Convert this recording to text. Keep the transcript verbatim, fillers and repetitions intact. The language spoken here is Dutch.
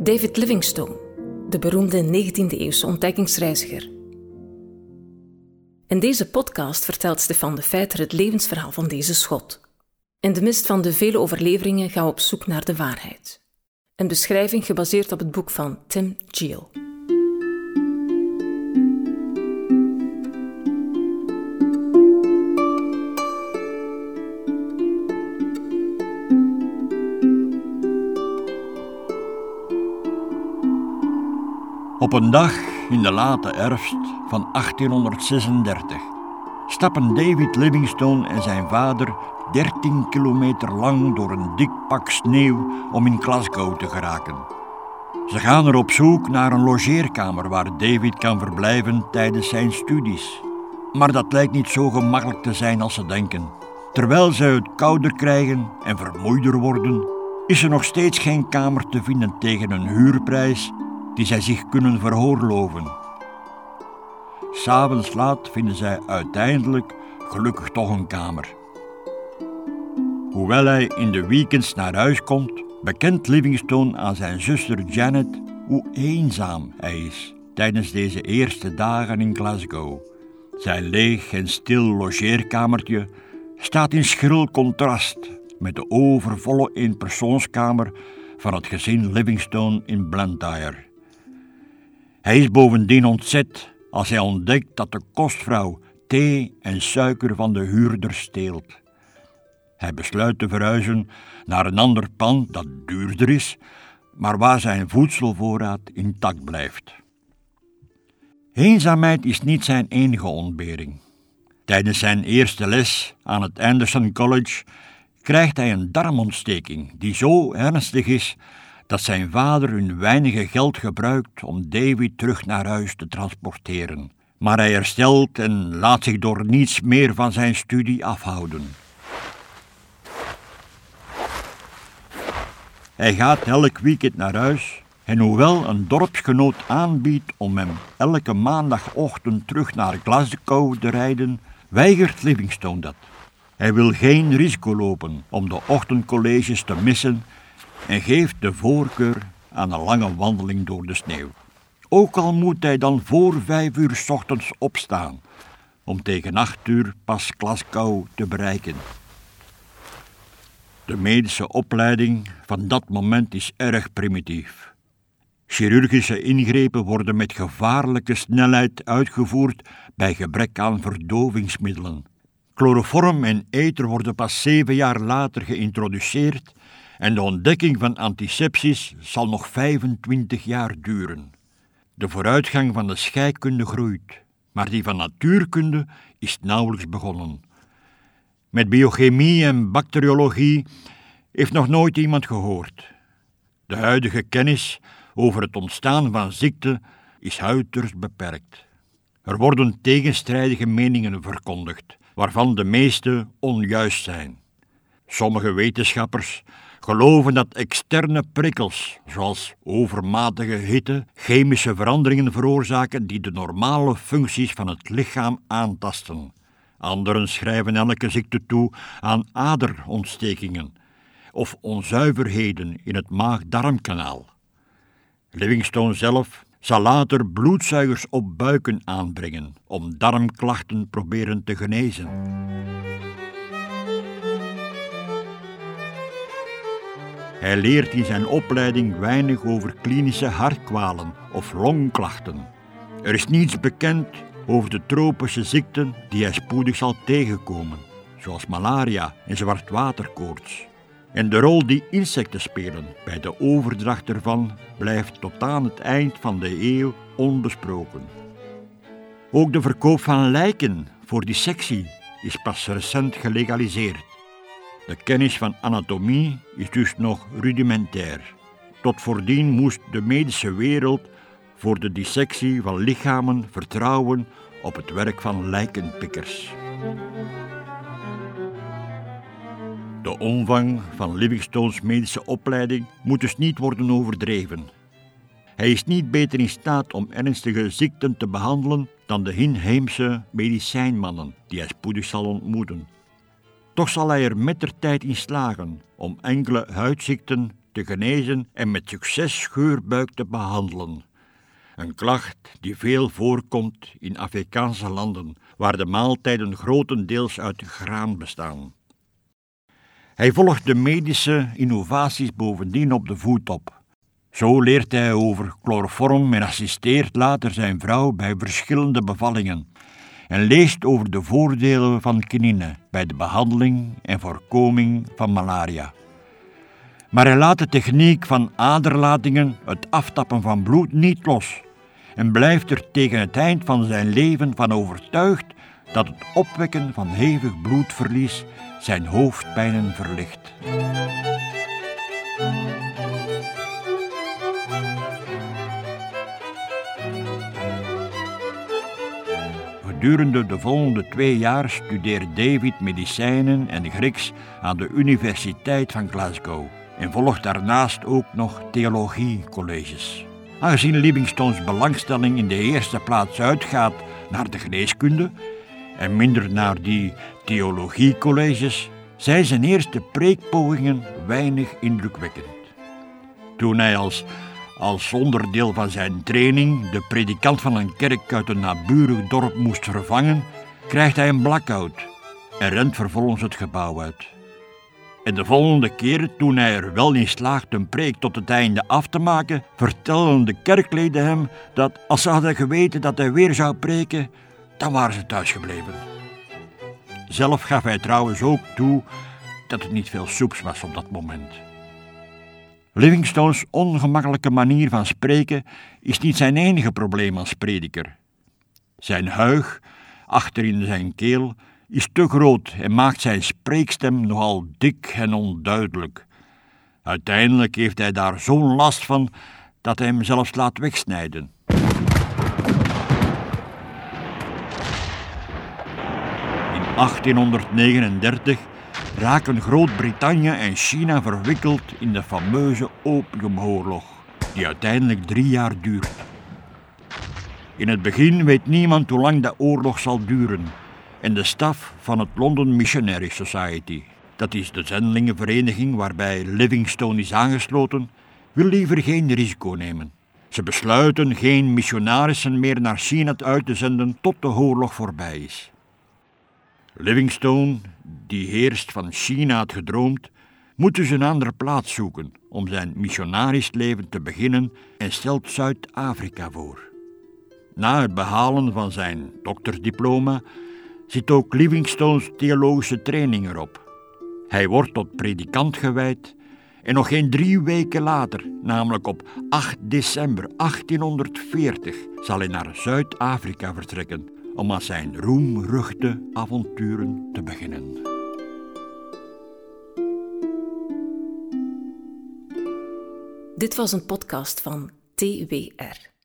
David Livingstone, de beroemde negentiende-eeuwse ontdekkingsreiziger. In deze podcast vertelt Stefan de Feiter het levensverhaal van deze Schot. In de mist van de vele overleveringen gaan we op zoek naar de waarheid. Een beschrijving gebaseerd op het boek van Tim Geel. Op een dag in de late herfst van achttienhonderdzesendertig stappen David Livingstone en zijn vader dertien kilometer lang door een dik pak sneeuw om in Glasgow te geraken. Ze gaan er op zoek naar een logeerkamer waar David kan verblijven tijdens zijn studies. Maar dat lijkt niet zo gemakkelijk te zijn als ze denken. Terwijl ze het kouder krijgen en vermoeider worden, is er nog steeds geen kamer te vinden tegen een huurprijs die zij zich kunnen veroorloven. 'S'avonds laat vinden zij uiteindelijk gelukkig toch een kamer. Hoewel hij in de weekends naar huis komt, bekent Livingstone aan zijn zuster Janet hoe eenzaam hij is tijdens deze eerste dagen in Glasgow. Zijn leeg en stil logeerkamertje staat in schril contrast met de overvolle eenpersoonskamer van het gezin Livingstone in Blantyre. Hij is bovendien ontzet als hij ontdekt dat de kostvrouw thee en suiker van de huurder steelt. Hij besluit te verhuizen naar een ander pand dat duurder is, maar waar zijn voedselvoorraad intact blijft. Eenzaamheid is niet zijn enige ontbering. Tijdens zijn eerste les aan het Anderson College krijgt hij een darmontsteking die zo ernstig is dat zijn vader hun weinige geld gebruikt om David terug naar huis te transporteren. Maar hij herstelt en laat zich door niets meer van zijn studie afhouden. Hij gaat elk weekend naar huis en hoewel een dorpsgenoot aanbiedt om hem elke maandagochtend terug naar Glasgow te rijden, weigert Livingstone dat. Hij wil geen risico lopen om de ochtendcolleges te missen en geeft de voorkeur aan een lange wandeling door de sneeuw. Ook al moet hij dan voor vijf uur 's ochtends opstaan, om tegen acht uur pas Glasgow te bereiken. De medische opleiding van dat moment is erg primitief. Chirurgische ingrepen worden met gevaarlijke snelheid uitgevoerd bij gebrek aan verdovingsmiddelen. Chloroform en ether worden pas zeven jaar later geïntroduceerd en de ontdekking van antisepsis zal nog vijfentwintig jaar duren. De vooruitgang van de scheikunde groeit, maar die van natuurkunde is nauwelijks begonnen. Met biochemie en bacteriologie heeft nog nooit iemand gehoord. De huidige kennis over het ontstaan van ziekten is uiterst beperkt. Er worden tegenstrijdige meningen verkondigd, waarvan de meeste onjuist zijn. Sommige wetenschappers geloven dat externe prikkels, zoals overmatige hitte, chemische veranderingen veroorzaken die de normale functies van het lichaam aantasten. Anderen schrijven elke ziekte toe aan aderontstekingen of onzuiverheden in het maag-darmkanaal. Livingstone zelf zal later bloedzuigers op buiken aanbrengen om darmklachten proberen te genezen. Hij leert in zijn opleiding weinig over klinische hartkwalen of longklachten. Er is niets bekend over de tropische ziekten die hij spoedig zal tegenkomen, zoals malaria en zwartwaterkoorts. En de rol die insecten spelen bij de overdracht ervan blijft tot aan het eind van de eeuw onbesproken. Ook de verkoop van lijken voor dissectie is pas recent gelegaliseerd. De kennis van anatomie is dus nog rudimentair. Tot voordien moest de medische wereld voor de dissectie van lichamen vertrouwen op het werk van lijkenpikkers. De omvang van Livingstone's medische opleiding moet dus niet worden overdreven. Hij is niet beter in staat om ernstige ziekten te behandelen dan de inheemse medicijnmannen die hij spoedig zal ontmoeten. Toch zal hij er mettertijd in slagen om enkele huidziekten te te genezen en met succes scheurbuik te behandelen. Een klacht die veel voorkomt in Afrikaanse landen, waar de maaltijden grotendeels uit graan bestaan. Hij volgt de medische innovaties bovendien op de voet op. Zo leert hij over chloroform en assisteert later zijn vrouw bij verschillende bevallingen en leest over de voordelen van quinine bij de behandeling en voorkoming van malaria. Maar hij laat de techniek van aderlatingen, het aftappen van bloed, niet los en blijft er tegen het eind van zijn leven van overtuigd dat het opwekken van hevig bloedverlies zijn hoofdpijnen verlicht. Gedurende de volgende twee jaar studeert David medicijnen en Grieks aan de Universiteit van Glasgow en volgt daarnaast ook nog theologiecolleges. Aangezien Livingstones belangstelling in de eerste plaats uitgaat naar de geneeskunde en minder naar die theologiecolleges, zijn zijn eerste preekpogingen weinig indrukwekkend. Toen hij als, als onderdeel van zijn training de predikant van een kerk uit een naburig dorp moest vervangen, krijgt hij een blackout en rent vervolgens het gebouw uit. En de volgende keer, toen hij er wel in slaagt een preek tot het einde af te maken, vertellen de kerkleden hem dat als ze hadden geweten dat hij weer zou preken, dan waren ze thuisgebleven. Zelf gaf hij trouwens ook toe dat het niet veel soeps was op dat moment. Livingstones ongemakkelijke manier van spreken is niet zijn enige probleem als prediker. Zijn huig, achter in zijn keel, is te groot en maakt zijn spreekstem nogal dik en onduidelijk. Uiteindelijk heeft hij daar zo'n last van dat hij hem zelfs laat wegsnijden. In achttienhonderdnegenendertig raken Groot-Brittannië en China verwikkeld in de fameuze Opiumoorlog, die uiteindelijk drie jaar duurt. In het begin weet niemand hoe lang de oorlog zal duren en de staf van het London Missionary Society, dat is de zendelingenvereniging waarbij Livingstone is aangesloten, wil liever geen risico nemen. Ze besluiten geen missionarissen meer naar China uit te zenden tot de oorlog voorbij is. Livingstone, die eerst van China had gedroomd, moet dus een andere plaats zoeken om zijn missionarisch leven te beginnen en stelt Zuid-Afrika voor. Na het behalen van zijn doktersdiploma zit ook Livingstones theologische training erop. Hij wordt tot predikant gewijd en nog geen drie weken later, namelijk op acht december achttienhonderdveertig, zal hij naar Zuid-Afrika vertrekken om aan zijn roemruchte avonturen te beginnen. Dit was een podcast van T W R.